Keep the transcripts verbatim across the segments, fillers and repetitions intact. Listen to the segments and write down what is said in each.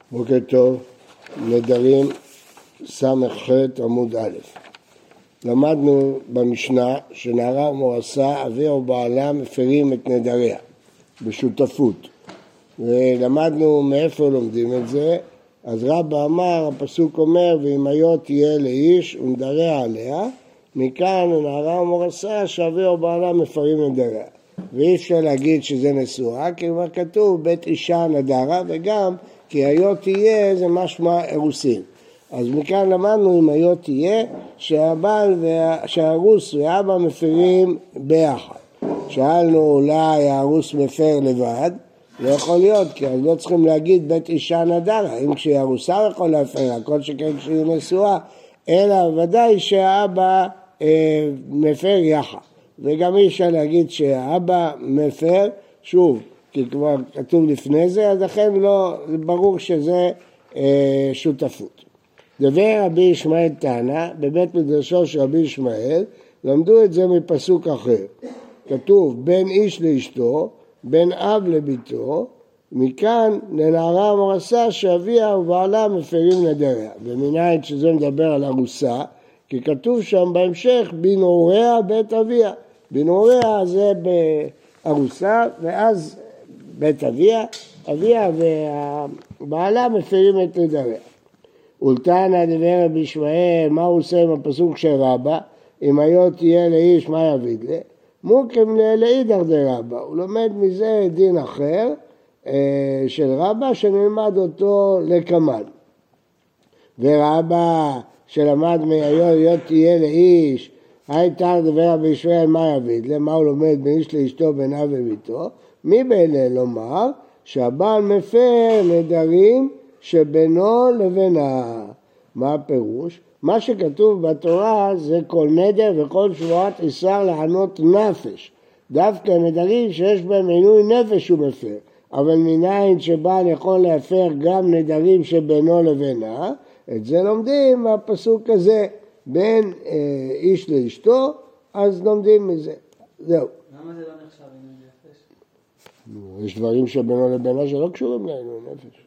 בוקר טוב, נדרים סמ"ח עמוד א'. למדנו במשנה שנערה ומורסה, אביה ובעלה מפרים את נדריה בשותפות. ולמדנו מאיפה לומדים את זה. אז רבא אמר, הפסוק אומר, ואם היו תהיה לאיש ונדריה עליה, מכאן נערה ומורסה שאביה ובעלה מפרים נדריה. ואי אפשר להגיד שזה נשואה, כי כבר כתוב בית אישה נדרה, וגם כי היו תהיה זה משמע אירוסין. אז מכאן למדנו אם היו תהיה שהבעל והארוס והאבא מפרים ביחד. שאלנו אולי הארוס מפר לבד, לא יכול להיות, כי אז לא צריכים להגיד בית אישה נדרה, אם כשהיא ארוסה יכול להפר, הכל שכן כשהיא נשואה, אלא ודאי שהאבא אה, מפר יחד. וגם אי אפשר להגיד שהאבא מפר, שוב, כי כבר כתוב לפני זה, אז לכן לא ברור שזה אה, שותפות. דבר רבי ישמעאל תנא, בבית מדרשו של רבי ישמעאל, למדו את זה מפסוק אחר. כתוב בין איש לאשתו, בין אב לביתו, מכאן לנערה המורסה שאביה ובעלה מפרים נדריה. ומנין שזה מדבר על ארוסה, כי כתוב שם בהמשך בנעוריה בית אביה. בנעוריה זה בארוסה, ואז בית אביה, אביה והבעלה מפרים את נדריה. ולתנא דבר רבי ישמעאל, מה הוא עושה עם הפסוק של רבא? אם היו תהיה לאיש, מה יביד לה? מוקם לאידר דרבא. הוא לומד מזה דין אחר של רבא, שנלמד אותו לקמן. ורבא שלמד מהיו תהיה לאיש, הייתה דבר רבי ישמעאל, מה יביד לה? מה הוא לומד בין איש לאשתו, בין אב וביתו? מי באלה לומר שהבעל מפר נדרים שבינו לבינה. מה הפירוש? מה שכתוב בתורה זה כל נדר וכל שבועת איסר לענות נפש. דווקא נדרים שיש בהם עינוי נפש הוא מפר. אבל מניין שבעל יכול להפר גם נדרים שבינו לבינה, את זה לומדים מהפסוק הזה, בין אה, איש לאשתו, אז לומדים מזה. זהו. למה זה לא נחשב עינוי נפש? יש דברים שבינו לבינה שלא קשורים לעינוי נפש.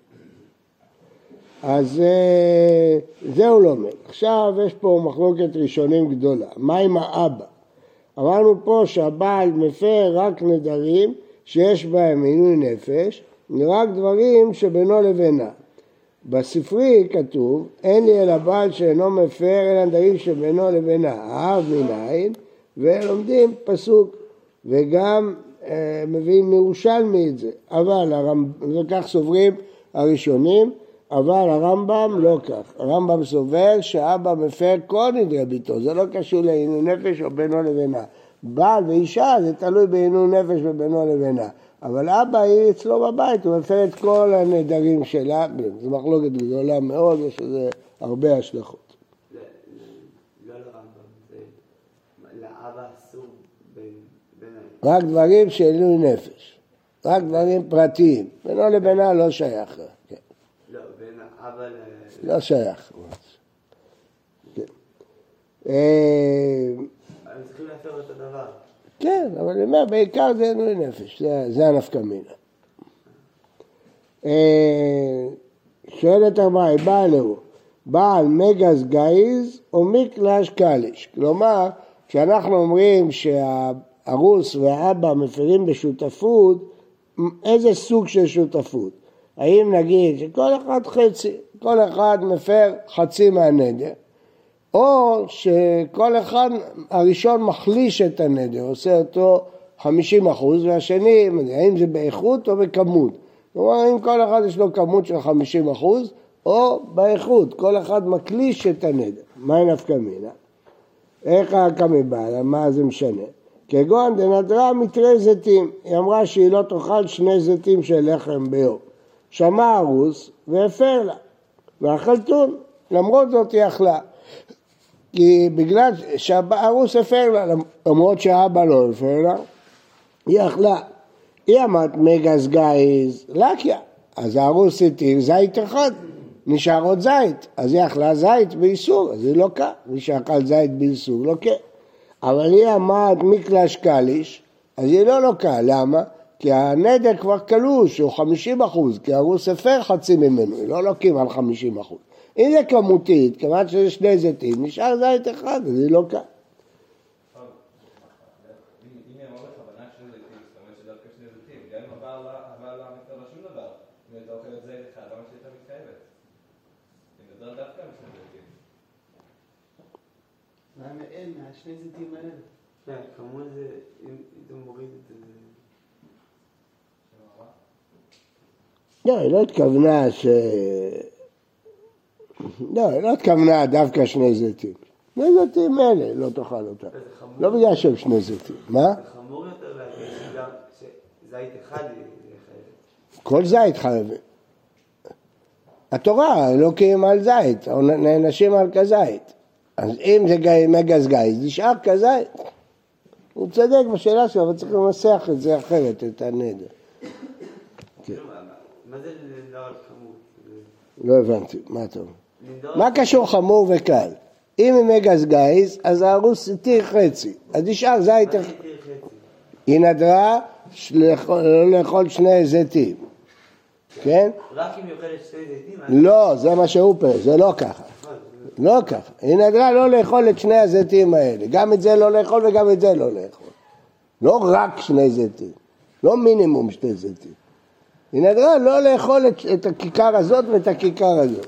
אז זהו לא אומר. עכשיו יש פה מחלוקת ראשונים גדולה. מה עם האבא? אמרנו פה שהבעל מפר רק נדרים שיש בהם עינוי נפש, רק דברים שבינו לבינה. בספרי כתוב, אין לי אלא בעל שאינו מפר אלא נדרים שבינו לבינה. האב מנין, ולומדים פסוק, וגם אה, מביאים מירושלמי את זה. אבל וכך סוברים הראשונים, אבל הרמב"ם לא כך. הרמב"ם סובר שאבא מפר כל נדרי ביתו, זה לא קשור לעינוי נפש או בינו לבינה. בעל ואישה זה תלוי בעינוי נפש ובינו לבינה. אבל אבא היא אצלו בבית, הוא מפר את כל הנדרים שלה, זו מחלוקת גדולה מאוד, יש לזה הרבה השלכות. לא לרמב"ם, לאבא אסור בין... רק דברים שעינוי נפש, רק דברים פרטיים, בינו לבינה לא שייך. לא, בין אבא ל... לא שייך. הם צריכים להפר את הדבר. כן, אבל אני אומר, בעיקר זה עינוי נפש, זה הנפקא מינה. שואלת הרמאי, בעל הוא, בעל מגז גייז או מקלש קליש? כלומר, כשאנחנו אומרים שהארוס והאבא מפרים בשותפות, איזה סוג של שותפות? האם נגיד שכל אחד חצי, כל אחד מפר חצי מהנדר, או שכל אחד הראשון מחליש את הנדר, עושה אותו חמישים אחוז, והשני, האם זה באיכות או בכמות. כלומר, האם כל אחד יש לו כמות של חמישים אחוז, או באיכות, כל אחד מקליש את הנדר. מה נפקא מינה? איך הקמי בעלה, מה זה משנה? כגון דנדרה מתרי זיתים, היא אמרה שהיא לא תאכל שני זיתים של לחם ביום. שמע ארוס והפר לה, והחלטון, למרות זאת היא אכלה. כי בגלל שהארוס הפר לה, למרות שהאבא לא הפר לה, היא אכלה. היא אמרת מגז גייז, לקיה, אז הארוס התיר זית אחד, נשאר עוד זית, אז היא אכלה זית באיסור, אז היא לא קה, מי שאכל זית באיסור לא קה. אבל היא אמרת מקלש קליש, אז היא לא לא קה, למה? כי הנדר כבר קלוש, הוא חמישים אחוז, כי הרוס הפר חצי ממנו, לא לוקים על חמישים אחוז. אם זה כמותית, כמובן שיש שני זיתים, נשאר זית אחד, אז זה לא קל. אין, מהשני זיתים האלה. כן, כמובן זה, אם אתה מוריד את זה... לא, היא לא התכוונה ש... לא, היא לא התכוונה דווקא שני זיתים. שני זיתים אלה, לא תאכל אותה. לא בגלל שהם שני זיתים. מה? זה חמור יותר להגיד שגם שזית אחד חייבת. כל זית חייבת. התורה לא קיים על זית, או נענשים על כזית. אז אם זה מגז גייז, נשאר כזית. הוא צדק בשאלה שלו, אבל צריך לנסח את זה אחרת, את הנדר. מה זה לנדור על כמות? לא הבנתי, מה אתה אומר? מה קשור חמור וקל? אם היא מגז גייז, אז הרוס התיר חצי. אז נשאר זית... מה זה התיר חצי? היא נדרה לא לאכול שני זיתים. כן? רק אם היא אוכלת שני זיתים? לא, זה מה שהוא פה, זה לא ככה. לא ככה. היא נדרה לא לאכול את שני הזיתים האלה. גם את זה לא לאכול וגם את זה לא לאכול. לא רק שני זיתים. לא מינימום שני זיתים. היא נדרה לא לאכול את, את הכיכר הזאת ואת הכיכר הזאת.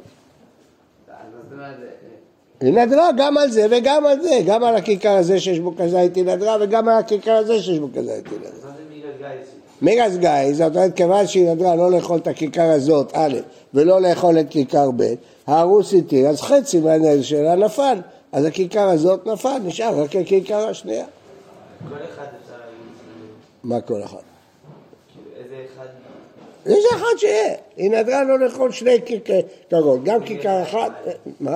היא נדרה גם על זה וגם על זה. גם על הכיכר הזה שיש בו כזית היא נדרה וגם על הכיכר הזה שיש בו כזית היא נדרה. מה זה מיגז גייס? מיגז גייס, זאת אומרת, כיוון שהיא נדרה לא לאכול את הכיכר הזאת, א', ולא לאכול את כיכר ב', הרוס איתי, אז חצי מהנזר שלה נפל. אז הכיכר הזאת נפל, נשאר רק הכיכר השנייה. כל אחד אפשר להגיד. מה כל אחד? איזה אחד? איזה אחד שיהיה. היא נדרה לא לאכול שני כיכרות, גם כיכר אחד. מה? אם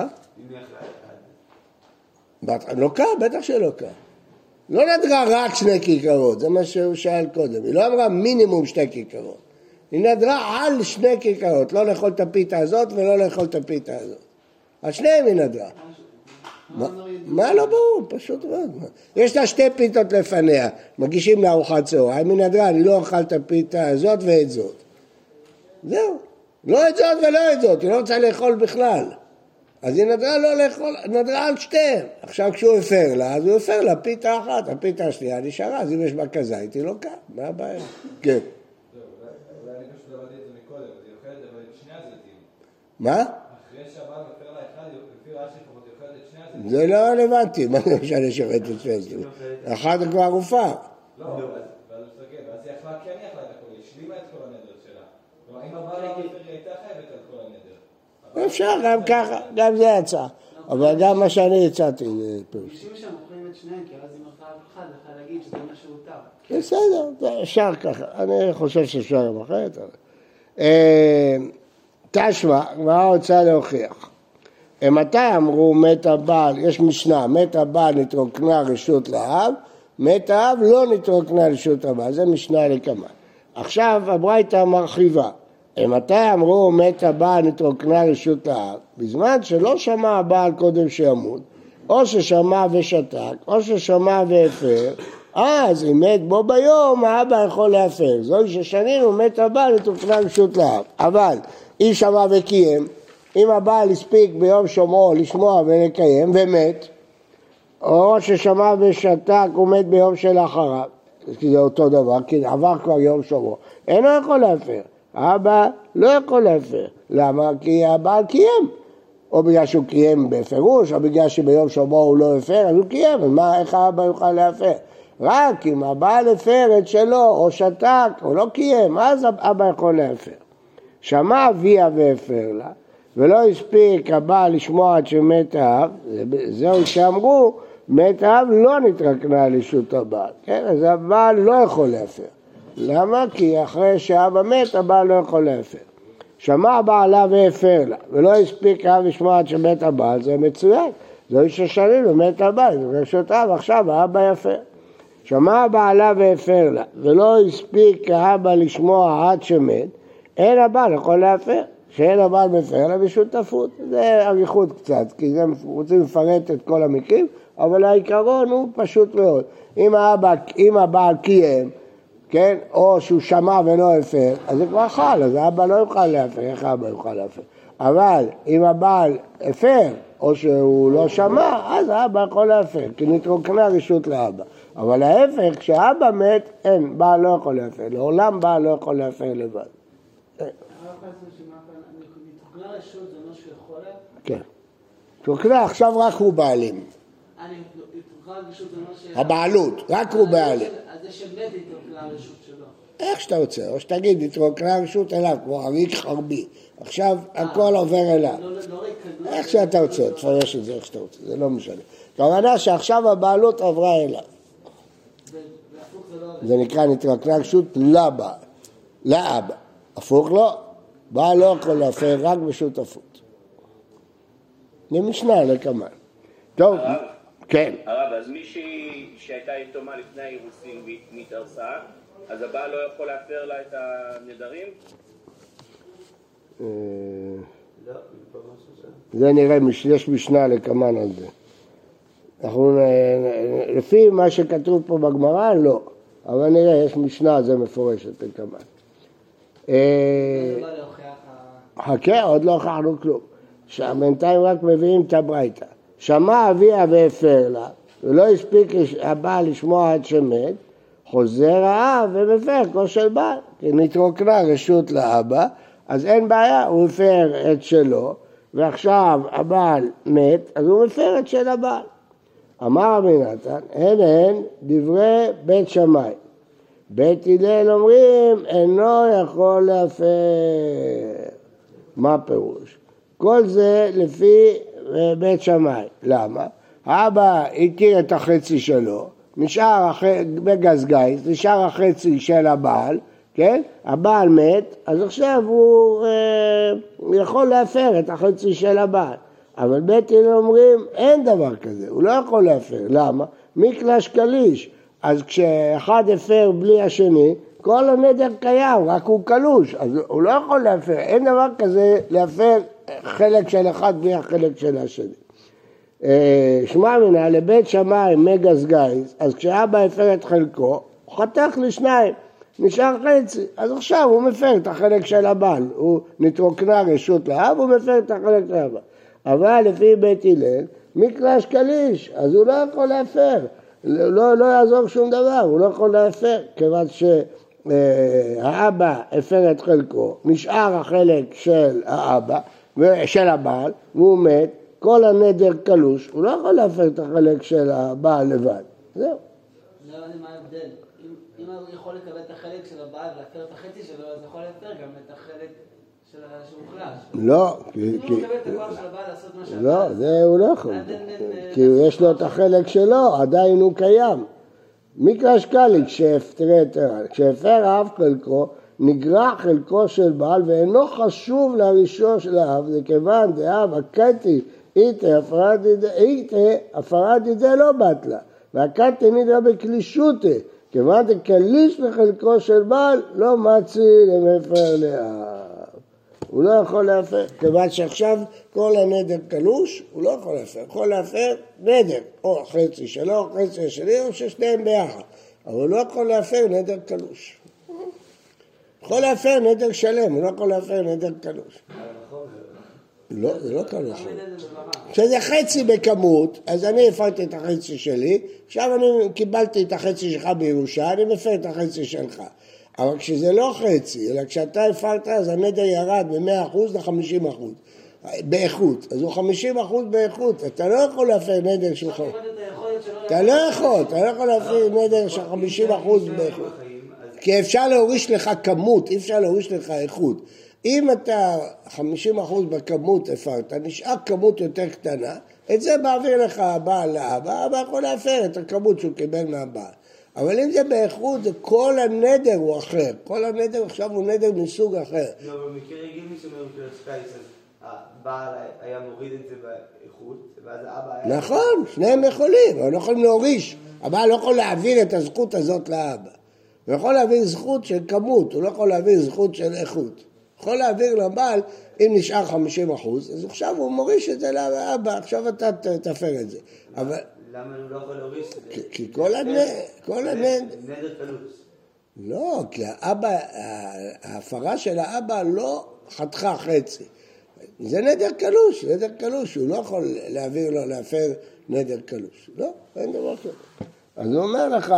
יחלה אחד. לא קר, בטח שלא קר. לא נדרה רק שני כיכרות, זה מה שהוא שאל קודם. היא לא אמרה מינימום שתי כיכרות. היא נדרה על שני כיכרות, לא לאכול את הפיתה הזאת ולא לאכול את הפיתה הזאת. על שניהם היא נדרה. מה לא ברור, פשוט מאוד. יש לה שתי פיתות לפניה, מגישים לארוחת צהריים, היא נדרה, אני לא אוכל את הפיתה הזאת ואת זאת. זהו, לא את זאת ולא את זאת, היא לא רוצה לאכול בכלל. אז היא נדרה לא לאכול, נדרה על שתיהם. עכשיו כשהוא הפר לה, אז הוא הפר לה פיתה אחת, הפיתה השנייה נשארה, אז אם יש בה כזית, היא לא קם, מה הבעיה? כן. אולי אני פשוט למדתי את זה מקודם, אז היא אוכלת אבל את שני הזיתים. מה? אחרי שהבעל מפר לה אחד, לפי רש"י לפחות היא אוכלת את שני הזיתים. זה לא רלוונטי, מה זה משנה שרת את שני הזיתים? אחד כבר הופר. לא, ואז היא יכלה, כן היא יכלה את הכל, היא השלימה את כל הנדר שלה. כלומר, אם הבעל לא מפר, היא הייתה חייבת על כל הנדר. אפשר גם ככה, גם זה יצא. אבל גם מה שאני הצעתי זה פירוש. אנשים שם אוכלים את שניהם, כי אז אם אוכל אחד, אפשר להגיד שזה מה שהותר. בסדר, אפשר ככה. אני חושב שאפשר גם אחרת. תשמע, מה רוצה להוכיח? מתי אמרו מת הבעל, יש משנה, מת הבעל נתרוקנה רשות לאב, מת האב לא נתרוקנה רשות הבעל, זה משנה לכמה. עכשיו הברייתא מרחיבה. מתי אמרו מת הבעל נתרוקנה רשות לאב? בזמן שלא שמע הבעל קודם שימות, או ששמע ושתק, או ששמע והפר, אז אם מת בו ביום, האבא יכול להפר. זוהי ששנינו מת הבעל נתרוקנה רשות לאב. אבל אם שמע וקיים, אם הבעל הספיק ביום שומעו לשמוע ולקיים ומת, או ששמע ושתק ומת ביום שלאחריו, כי זה אותו דבר, כי עבר כבר יום שומעו, אינו יכול להפר. האבא לא יכול להפר. למה? כי הבעל קיים. או בגלל שהוא קיים בפירוש, או בגלל שביום שומעו הוא לא הפר, אז הוא קיים. ומה, איך האבא יוכל להפר? רק אם הבעל הפר את שלו, או שתק, או לא קיים, אז האבא יכול להפר. שמע אביה והפר לה, ולא הספיק הבעל לשמוע עד שמת האב, זהו שאמרו, מת האב לא נתרקנה לרשות הבעל. כן? אז הבעל לא יכול להפר. למה? כי אחרי שאבא מת, הבעל לא יכול להפר. שמע בעלה והפר לה, ולא הספיק האב לשמוע עד שמת הבעל, זה מצוין. זו איש השנים ומת הבעל, זה רשות אב, עכשיו האבא יפר. שמע בעלה והפר לה, ולא הספיק האבא לשמוע עד שמת, אין הבעל יכול להפר. שאין הבעל מפר לה בשותפות. זה אריכות קצת, כי זה רוצים לפרט את כל המקרים, אבל העיקרון הוא פשוט מאוד. אם, האבא, אם הבעל קיים, כן, או שהוא שמע ולא הפר, אז זה כבר חל, אז האבא לא יוכל להפר, איך האבא יוכל להפר? אבל אם הבעל הפר, או שהוא לא שמע, אז האבא יכול להפר, כי נתרוקנה רשות לאבא. אבל ההפך, כשהאבא מת, אין, בעל לא יכול להפר, לעולם בעל לא יכול להפר לבד. נתרוקנה רשות זה לא שיכול להפר? כן. נתרוקנה, עכשיו רק הוא בעלים. הבעלות, רק הוא בעלים. אז זה שמת התרוקנה הרשות שלו. איך שאתה רוצה, או שתגיד, התרוקנה הרשות אליו, כמו אריק חרבי. עכשיו הכל עובר אליו. איך שאתה רוצה, תפרש את זה איך שאתה רוצה, זה לא משנה. כוונה שעכשיו הבעלות עברה אליו. זה נקרא נתרוקנה הרשות לבעל, לאבא. הפוך לא, בעל לא יכול להפר רק בשותפות. זה משנה לכמה. טוב. כן. הרב, אז מישהי שהייתה יתומה לפני האירוסין והתארסה, אז הבעל לא יכול להפר לה את הנדרים? זה נראה, יש משנה לכמן על זה. אנחנו, לפי מה שכתוב פה בגמרא, לא. אבל נראה, יש משנה על זה מפורשת לכמן. חכה, עוד לא הוכחנו כלום. שהבינתיים רק מביאים את הברייתא. שמע אביה והפר לה, ולא הספיק הבעל לשמוע עד שמת, חוזר האב ומפר כל של בעל, כי נתרוקנה רשות לאבא, אז אין בעיה, הוא הפר את שלו, ועכשיו הבעל מת, אז הוא מפר את של הבעל. אמר רבי נתן, הן הן דברי בית שמאי. בית הלל אומרים, אינו יכול להפר. מה פירוש? כל זה לפי בית שמאי. למה? האבא הכיר את החצי שלו, נשאר בגזגייס, נשאר החצי של הבעל, כן? הבעל מת, אז עכשיו הוא אה, יכול להפר את החצי של הבעל. אבל בית הלל אומרים, אין דבר כזה, הוא לא יכול להפר. למה? מקלש קליש. אז כשאחד הפר בלי השני, כל הנדר קיים, רק הוא קלוש, אז הוא לא יכול להפר. אין דבר כזה להפר חלק של אחד בלי החלק של השני. שמע מנה, לבית שמאי מגזגייס, אז כשאבא הפר את חלקו, הוא חתך לשניים, נשאר חצי, אז עכשיו הוא מפר את החלק של הבעל, הוא נתרוקנה רשות לאב, הוא מפר את החלק של הבעל. אבל לפי בית הלל, מקלש קליש, אז הוא לא יכול להפר, לא, לא יעזור שום דבר, הוא לא יכול להפר, כיוון שהאבא הפר את חלקו, נשאר החלק של האבא, של הבעל, והוא מת, כל הנדר קלוש, הוא לא יכול להפר את החלק של הבעל לבד. זהו. לא יודע מה ההבדל. אם הוא יכול לקבל את החלק של הבעל ולהפר את החצי שלו, אז יכול להפר גם את החלק של המוחלש. לא. אם הוא מקבל את הכוח של הבעל לעשות מה שהבעל... לא, זה הוא לא יכול. כי יש לו את החלק שלו, עדיין הוא קיים. מקלש קלי, כשהפר אב חלקו, נגרע חלקו של בעל ואינו חשוב לראשו של האב, זה כיוון דאב הקטי איתה הפרת ידי לא בטלה, והקטי נדרה בקלישותה, כיוון דקליש לחלקו של בעל לא מצי למפר לאב. הוא לא יכול להפר, כיוון שעכשיו כל הנדר קלוש, הוא לא יכול להפר, יכול להפר נדר, או חצי שלו, או חצי שלי, או ששניהם ביחד, אבל הוא לא יכול להפר נדר קלוש. יכול להפר נדר שלם, הוא לא יכול להפר נדר קלוש. לא, זה לא קלוש. כשזה חצי בכמות, אז אני הפרתי את החצי שלי, עכשיו אני קיבלתי את החצי שלך בירושה, אני מפר את החצי שלך. אבל כשזה לא חצי, אלא כשאתה הפרת, אז הנדר ירד מ-מאה אחוז ל-חמישים אחוז. באיכות. אז הוא חמישים אחוז באיכות. אתה לא יכול להפר נדר שלך. אתה לא יכול, אתה לא יכול להפר נדר של חמישים אחוז באיכות. כי אפשר להוריש לך כמות, אי אפשר להוריש לך איכות. אם אתה חמישים אחוז בכמות הפרת, נשאר כמות יותר קטנה, את זה מעביר לך הבעל לאבא, האבא יכול להפר את הכמות שהוא קיבל מהבעל. אבל אם זה באיכות, זה כל הנדר הוא אחר. כל הנדר עכשיו הוא נדר מסוג אחר. לא, אבל במקרה רגיל מי שאומר מקלש קליש, הבעל היה מוריד את זה באיכות, ואז האבא היה... נכון, שניהם יכולים, אבל לא יכולים להוריש. הבעל לא יכול להעביר את הזכות הזאת לאבא. הוא יכול להעביר זכות של כמות, הוא לא יכול להעביר זכות של איכות. הוא יכול להעביר לבעל, אם נשאר חמישים אחוז, אז עכשיו הוא מוריש את זה לאבא, עכשיו אתה תפר את זה. אבל... למה הוא לא יכול להוריש את זה? כי כל הנד... נדר קלוש. לא, כי האבא, ההפרה של האבא לא חתכה חצי. זה נדר קלוש, נדר קלוש, הוא לא יכול להעביר לו, להפר נדר קלוש. לא, אין דבר כזה. אז הוא אומר לך,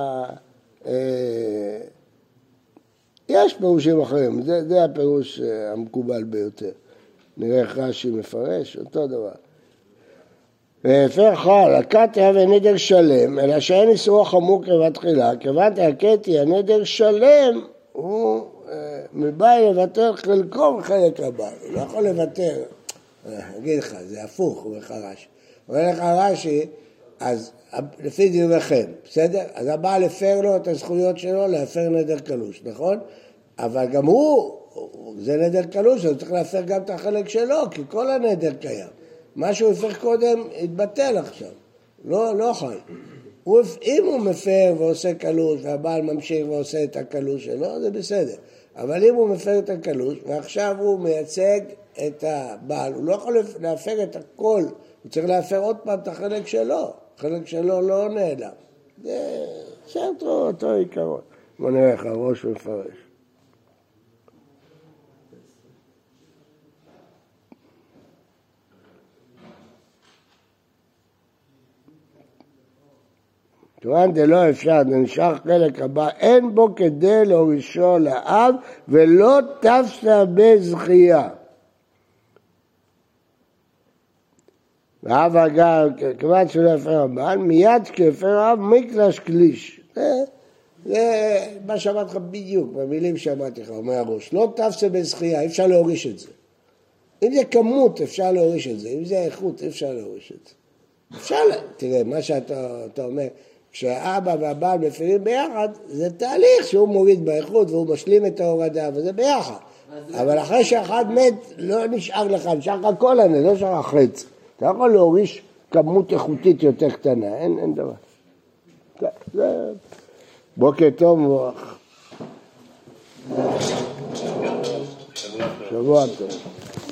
אה, יש פירושים אחרים, זה, זה הפירוש המקובל ביותר. נראה איך רש"י מפרש, אותו דבר. והפר חל, הקטיה ונדר שלם, אלא שאין איסור חמור כבת תחילה, כיוון הקטיה נדר שלם, הוא אה, מבעי לוותר חלקו מחלק הבעל, הוא לא יכול לוותר, אני אגיד לך, זה הפוך, הוא אומר לך רש"י. הוא אומר לך רש"י, אז לפי דבריכם, בסדר? אז הבעל הפר לו את הזכויות שלו להפר נדר קלוש, נכון? אבל גם הוא, זה נדר קלוש, הוא צריך להפר גם את החלק שלו, כי כל הנדר קיים. מה שהוא הפר קודם התבטל עכשיו, לא, לא חי. הוא, אם הוא מפר ועושה קלוש והבעל ממשיך ועושה את הקלוש שלו, זה בסדר. אבל אם הוא מפר את הקלוש ועכשיו הוא מייצג את הבעל, הוא לא יכול להפר את הכל, הוא צריך להפר עוד פעם את החלק שלו. החלק שלו לא נעלם. זה אותו, אותו עיקרון. בוא נראה איך הראש מפרש. כיוון דלא אפשר, נשאר חלק הבא, אין בו כדי להורישו לאב ולא תפסה בזכייה. ואב אגב, כיוון שלא הפר הבעל, מיד כהפר האב מקלש קליש. זה, זה מה שאמרתי לך בדיוק, במילים שאמרתי לך, אומר הראש. לא תפסה בזכייה, אי אפשר להוריש את זה. אם זה כמות, אפשר להוריש את זה. אם זה איכות, אי אפשר להוריש את זה. אפשר, תראה, מה שאתה אתה אומר, כשהאבא והבעל מפרים ביחד, זה תהליך שהוא מוריד באיכות והוא משלים את ההורדה, וזה ביחד. אבל אחרי שאחד מת, לא נשאר לך, נשאר לך כל הנד, לא נשאר החץ. אתה יכול להוריש כמות איכותית יותר קטנה, אין, אין דבר. זה... בוקר טוב מוח. שבוע טוב.